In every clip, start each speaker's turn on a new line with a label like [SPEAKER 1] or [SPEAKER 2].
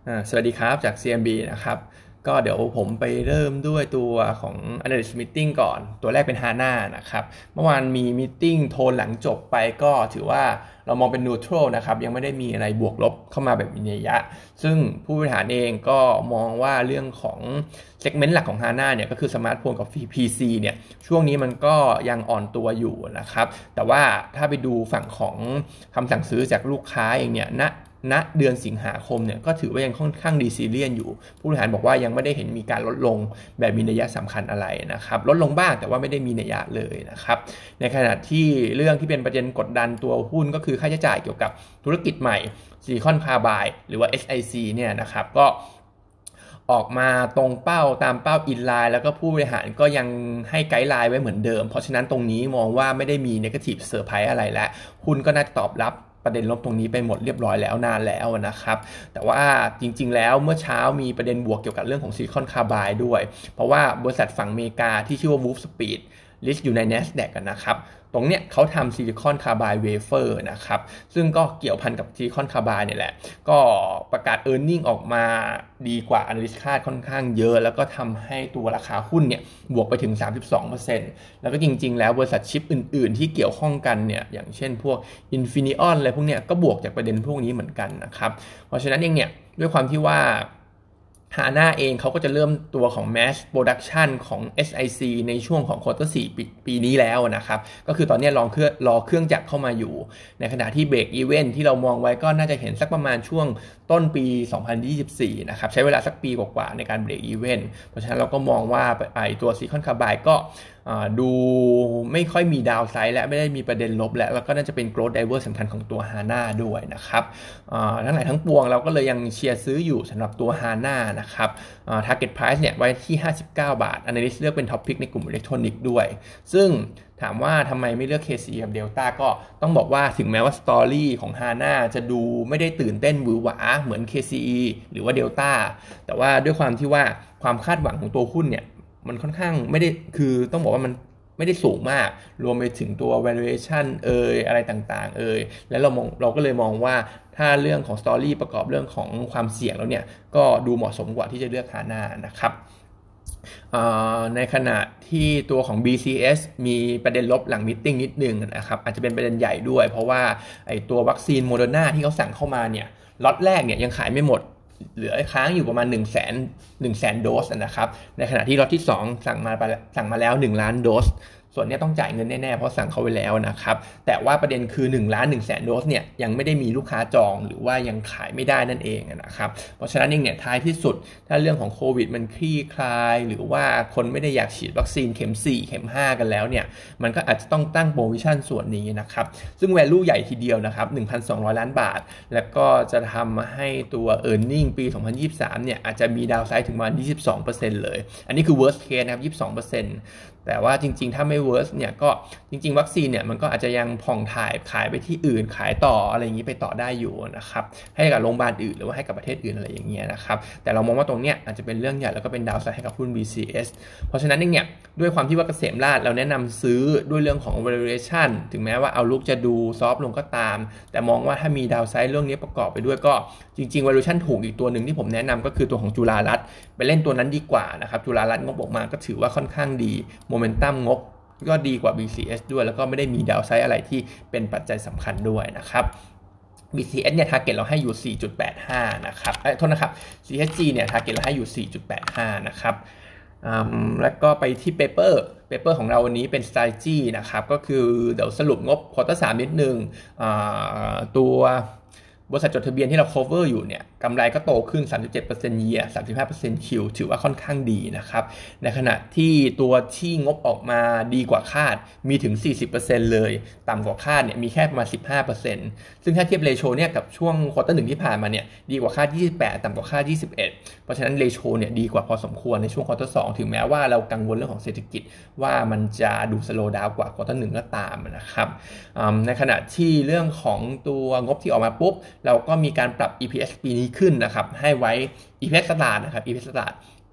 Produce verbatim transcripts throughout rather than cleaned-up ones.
[SPEAKER 1] อ่าสวัสดีครับจาก ซี เอ็ม บี นะครับก็เดี๋ยวผมไปเริ่มด้วยตัวของ Analyst Meeting ก่อนตัวแรกเป็น HANA นะครับเมื่อวานมี Meeting โทนหลังจบไปก็ถือว่าเรามองเป็น Neutral นะครับยังไม่ได้มีอะไรบวกลบเข้ามาแบบมีนัยยะซึ่งผู้บริหารเองก็มองว่าเรื่องของ segment หลักของ HANA เนี่ยก็คือสมาร์ทโฟนกับ พี ซี เนี่ยช่วงนี้มันก็ยังอ่อนตัวอยู่นะครับแต่ว่าถ้าไปดูฝั่งของคำสั่งซื้อจากลูกค้าเองเนี่ยณณเดือนสิงหาคมเนี่ยก็ถือว่ายังค่อนข้างดีซีเรียนอยู่ผู้บริหารบอกว่ายังไม่ได้เห็นมีการลดลงแบบมีนัยสำคัญอะไรนะครับลดลงบ้างแต่ว่าไม่ได้มีนัยเลยนะครับในขณะที่เรื่องที่เป็นประเด็นกดดันตัวหุ้นก็คือค่าใช้จ่ายเกี่ยวกับธุรกิจใหม่ซิลิคอนคาร์ไบด์หรือว่า เอส ไอ ซี เนี่ยนะครับก็ออกมาตรงเป้าตามเป้าอินไลน์แล้วก็ผู้บริหารก็ยังให้ไกด์ไลน์ไว้เหมือนเดิมเพราะฉะนั้นตรงนี้มองว่าไม่ได้มีเนกาทีฟเซอร์ไพรส์อะไรแล้วหุ้นก็น่าจะตอบรับประเด็นลบตรงนี้ไปหมดเรียบร้อยแล้วนานแล้วนะครับแต่ว่าจริงๆแล้วเมื่อเช้ามีประเด็นบวกเกี่ยวกับเรื่องของซิลิคอนคาร์ไบด์ด้วยเพราะว่าบริษัทฝั่งอเมริกาที่ชื่อว่า Wolf Speed list อยู่ใน NASDAQ กันนะครับตรงเนี้ยเขาทำซิลิคอนคาร์ไบด์เวเฟอร์นะครับซึ่งก็เกี่ยวพันกับซิลิคอนคาร์ไบด์เนี่ยแหละก็ประกาศ e a r n i n g ออกมาดีกว่า analyst คาดค่อนข้างเยอะแล้วก็ทำให้ตัวราคาหุ้นเนี่ยบวกไปถึง สามสิบสองเปอร์เซ็นต์ แล้วก็จริงๆแล้วบริษัทชิปอื่นๆที่เกี่ยวข้องกันเนี่ยอย่างเช่นพวก Infineon อะไรพวกเนี้ยก็บวกจากประเด็นพวกนี้เหมือนกันนะครับเพราะฉะนั้นเองเนี่ยด้วยความที่ว่าHANA เองเขาก็จะเริ่มตัวของ Mass Production ของ เอส ไอ ซี ในช่วงของ Quarter สี่ปีปีนี้แล้วนะครับก็คือตอนนี้รอเครื่องรอเครื่องจักรเข้ามาอยู่ในขณะที่ Break Even ที่เรามองไว้ก็น่าจะเห็นสักประมาณช่วงต้นปีสองพันยี่สิบสี่นะครับใช้เวลาสักปีกว่าๆในการ Break Even เพราะฉะนั้นเราก็มองว่าไอ้ตัว Silicon Carbide ก็ดูไม่ค่อยมีดาวไซด์และไม่ได้มีประเด็นลบแล้วแล้วก็น่าจะเป็น growth driver สำคัญของตัว HANA ด้วยนะครับทั้งหลายทั้งปวงเราก็เลยยังเชียร์ซื้ออยู่สำหรับตัว HANA นะครับ target price เนี่ยไว้ที่ห้าสิบเก้าบาท analyst เลือกเป็น top pick ในกลุ่มอิเล็กทรอนิกส์ด้วยซึ่งถามว่าทำไมไม่เลือก เค ซี กับ Delta ก็ต้องบอกว่าถึงแม้ว่าสตอรี่ของ HANA จะดูไม่ได้ตื่นเต้นหวือหวาเหมือน เค ซี อี หรือว่า Delta แต่ว่าด้วยความที่ว่าความคาดหวังของตัวหุ้นเนี่ยมันค่อนข้างไม่ได้คือต้องบอกว่ามันไม่ได้สูงมากรวมไปถึงตัว valuation เอ่ยอะไรต่างๆเอ่ยแล้วเรามองเราก็เลยมองว่าถ้าเรื่องของ story ประกอบเรื่องของความเสี่ยงแล้วเนี่ยก็ดูเหมาะสมกว่าที่จะเลือก HANA นะครับในขณะที่ตัวของ บี ซี เอส มีประเด็นลบหลังมิทติ้งนิดนึงนะครับอาจจะเป็นประเด็นใหญ่ด้วยเพราะว่าไอตัววัคซีนโมเดอร์นาที่เขาสั่งเข้ามาเนี่ยล็อตแรกเนี่ยยังขายไม่หมดเหลือค้างอยู่ประมาณ หนึ่งแสน หนึ่งแสน โดสนะครับในขณะที่ล็อตที่สองสั่งมาสั่งมาแล้วหนึ่งล้านโดสส่วนนี้ต้องจ่ายเงินแน่ๆเพราะสั่งเขาไว้แล้วนะครับแต่ว่าประเด็นคือหนึ่งล้านหนึ่งแสนโดสเนี่ยยังไม่ได้มีลูกค้าจองหรือว่ายังขายไม่ได้นั่นเองนะครับเพราะฉะนั้นเองเนี่ยท้ายที่สุดถ้าเรื่องของโควิดมันคลี่คลายหรือว่าคนไม่ได้อยากฉีดวัคซีนเข็มสี่เข็มห้ากันแล้วเนี่ยมันก็อาจจะต้องตั้งโปรวิชั่นส่วนนี้นะครับซึ่ง value ใหญ่ทีเดียวนะครับ หนึ่งพันสองร้อย ล้านบาทแล้วก็จะทำให้ตัว earning ปีสองพันยี่สิบสามเนี่ยอาจจะมีดาวไซด์ถึงประมาณ ยี่สิบสองเปอร์เซ็นต์ เลยอันนี้คือ worst case นะครับ ยี่สิบสองเปอร์เซ็นต์ แต่ว่าจริงๆถ้าไม่ worst เนี่ยก็จริงๆวัคซีนเนี่ยมันก็อาจจะยังผ่องถ่ายขายไปที่อื่นขายต่ออะไรอย่างนี้ไปต่อได้อยู่นะครับให้กับโรงพยาบาลอื่นหรือว่าให้กับประเทศอื่นอะไรอย่างเงี้ยนะครับแต่เรามองว่าตรงเนี้ยอาจจะเป็นเรื่องใหญ่แล้วก็เป็นดาวไซด์ให้กับหุ้น บี ซี เอส เพราะฉะนั้นเนี่ยด้วยความที่ว่าเกษมราษฎร์เราแนะนำซื้อด้วยเรื่องของ valuation ถึงแม้ว่าเอาลุกจะดูซอฟลงก็ตามแต่มองว่าถ้ามีดาวไซด์เรื่องนี้ประกอบไปด้วยก็จริงๆ valuation ถูกอีกตัวหนึ่งที่ผมแนะนำก็คือตัวของจุฬารัตน์ไปเล่นตัวนั้นดีกว่านะครับจุฬารัตน์งบออกมาก็ถือว่าค่อนข้างดีโมเมนตัมงบก็ดีกว่า บี ซี เอส ด้วยแล้วก็ไม่ได้มีดาวไซด์อะไรที่เป็นปัจจัยสำคัญด้วยนะครับ บี ซี เอส เนี่ย target เราให้อยู่ สี่จุดแปดห้า นะครับเอ้ยโทษนะครับ ซี เอช จี เนี่ย target เราให้อยู่ สี่จุดแปดห้า นะครับแล้วก็ไปที่ paper paper ของเราวันนี้เป็น strategy นะครับก็คือเดี๋ยวสรุปงบ quarter สามนิดนึงตัวบริษัทจดทะเบียนที่เรา cover อยู่เนี่ยกำไรก็โตขึ้น สามสิบเจ็ดเปอร์เซ็นต์ year สามสิบห้าเปอร์เซ็นต์ Q ถือว่าค่อนข้างดีนะครับในขณะที่ตัวที่งบออกมาดีกว่าคาดมีถึง สี่สิบเปอร์เซ็นต์ เลยต่ำกว่าคาดเนี่ยมีแค่ประมาณ สิบห้าเปอร์เซ็นต์ ซึ่งถ้าเทียบเรโชเนี่ยกับช่วงควอเตอร์หนึ่งที่ผ่านมาเนี่ยดีกว่าคาดยี่สิบแปดต่ำกว่าคาดยี่สิบเอ็ดเพราะฉะนั้นเรโชเนี่ยดีกว่าพอสมควรในช่วงควอเตอร์สองถึงแม้ว่าเรากังวลเรื่องของเศรษฐกิจว่ามันจะดูสโลว์ดาวน์กว่าควอเตอร์หนึ่งก็ตามนะครับในขณะที่เรื่องของตัวงบที่ออกมาปุ๊บเราก็มีการปรับ อี พี เอส ปีนี้ขึ้นนะครับให้ไว้ อี พี เอส ตลาดนะครับ อี พี เอส ตลาด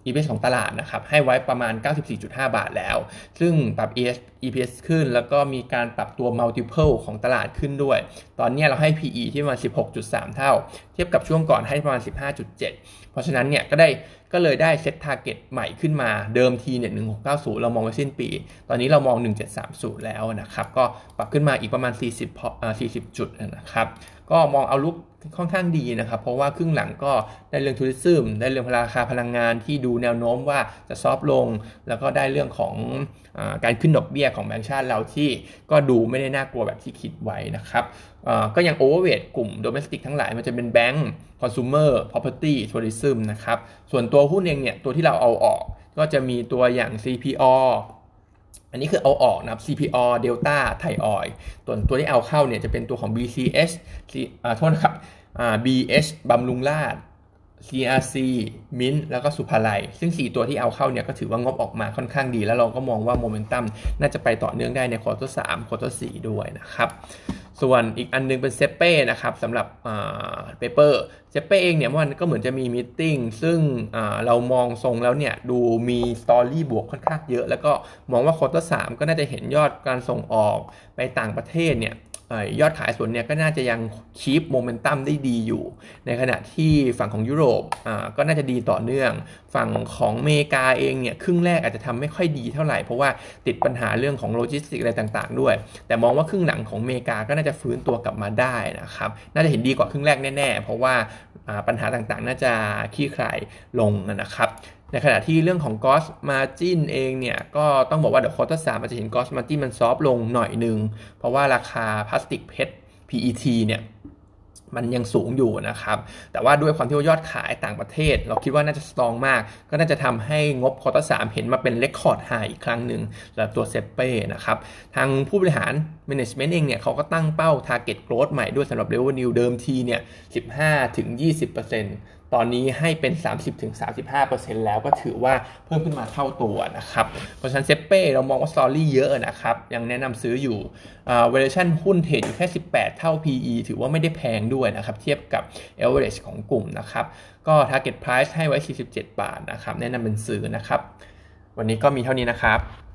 [SPEAKER 1] อี พี เอส ของตลาดนะครับให้ไว้ประมาณ เก้าสิบสี่จุดห้า บาทแล้วซึ่งปรับ อี พี เอส ขึ้นแล้วก็มีการปรับตัว multiple ของตลาดขึ้นด้วยตอนนี้เราให้ พี อี ที่ประมาณ สิบหกจุดสาม เท่าเทียบกับช่วงก่อนให้ประมาณ สิบห้าจุดเจ็ด เพราะฉะนั้นเนี่ยก็ได้ก็เลยได้เซต target ใหม่ขึ้นมาเดิมทีเนี่ยหนึ่งพันหกร้อยเก้าสิบเรามองไว้สิ้นปีตอนนี้เรามองหนึ่งพันเจ็ดร้อยสามสิบแล้วนะครับก็ปรับขึ้นมาอีกประมาณสี่สิบอ่าสี่สิบจุดนะครับก็มองเอาลุกค่อนข้างดีนะครับเพราะว่าครึ่งหลังก็ได้เรื่องทัวริซึมได้เรื่องราคาพลังงานที่ดูแนวโน้มว่าจะซอฟลงแล้วก็ได้เรื่องของอ่าการขึ้นดอกเบี้ยของแบงก์ชาติเราที่ก็ดูไม่ได้น่ากลัวแบบที่คิดไว้นะครับก็ยังโอเวอร์เวทกลุ่มโดเมสติกทั้งหลายมันจะเป็นแบงก์คอน sumer property tourism นะครับส่วนตัวหุ้นเองเนี่ยตัวที่เราเอาออกก็จะมีตัวอย่าง ซี พี โอ อันนี้คือเอาออกนะครับ ซี พี โอ Delta Thai Oil ตัวตัวที่เอาเข้าเนี่ยจะเป็นตัวของ บี ซี เอส อ่าโทษนะครับอ่า บี เอช บำรุงราษฎร์ ซี อาร์ ซี Mint แล้วก็สุภาลัยซึ่งสี่ตัวที่เอาเข้าเนี่ยก็ถือว่างบออกมาค่อนข้างดีแล้วเราก็มองว่าโมเมนตัมน่าจะไปต่อเนื่องได้ในควอเตอร์สามควอเตอร์สี่ด้วยนะครับส่วนอีกอันนึงเป็นเซเป้นะครับสำหรับเปเปอร์เซเป้เองเนี่ยมันก็เหมือนจะมีมีตติ้งซึ่งเรามองทรงแล้วเนี่ยดูมีสตอรี่บวกค่อนข้างเยอะแล้วก็มองว่าควอเตอร์สามก็น่าจะเห็นยอดการส่งออกไปต่างประเทศเนี่ยยอดขายส่วนเนี่ยก็น่าจะยังคีปโมเมนตัมได้ดีอยู่ในขณะที่ฝั่งของยุโรปก็น่าจะดีต่อเนื่องฝั่งของอเมริกาเองเนี่ยครึ่งแรกอาจจะทำไม่ค่อยดีเท่าไหร่เพราะว่าติดปัญหาเรื่องของโลจิสติกอะไรต่างๆด้วยแต่มองว่าครึ่งหลังของอเมริกาก็น่าจะฟื้นตัวกลับมาได้นะครับน่าจะเห็นดีกว่าครึ่งแรกแน่ๆเพราะว่าปัญหาต่างๆน่าจะคลี่คลายลงนะครับในขณะที่เรื่องของ gross margin เองเนี่ยก็ต้องบอกว่าเดี๋ยวควอเตอร์สามอาจจะเห็น gross margin มันซอฟลงหน่อยนึงเพราะว่าราคาพลาสติกเพชร พี อี ที เนี่ยมันยังสูงอยู่นะครับแต่ว่าด้วยความที่ว่ายอดขายต่างประเทศเราคิดว่าน่าจะสตรองมากก็น่าจะทำให้งบควอเตอร์สามเห็นมาเป็นเรคคอร์ดไฮอีกครั้งหนึ่งสำหรับตัวเซเป้นะครับทางผู้บริหาร management เองเนี่ยเขาก็ตั้งเป้า target growth ใหม่ด้วยสำหรับ revenue เดิมทีเนี่ย สิบห้าถึงยี่สิบเปอร์เซ็นต์ตอนนี้ให้เป็น สามสิบถึงสามสิบห้าเปอร์เซ็นต์ แล้วก็ถือว่าเพิ่มขึ้นมาเท่าตัวนะครับเพราะฉะนั้นเซเป้เรามองว่าสตอรี่เยอะนะครับยังแนะนำซื้ออยู่อ่า valuation หุ้นเทรดอยู่แค่สิบแปดเท่า พี อี ถือว่าไม่ได้แพงด้วยนะครับเทียบกับ average ของกลุ่มนะครับก็ target price ให้ไว้สี่สิบเจ็ดบาทนะครับแนะนำเป็นซื้อนะครับวันนี้ก็มีเท่านี้นะครับ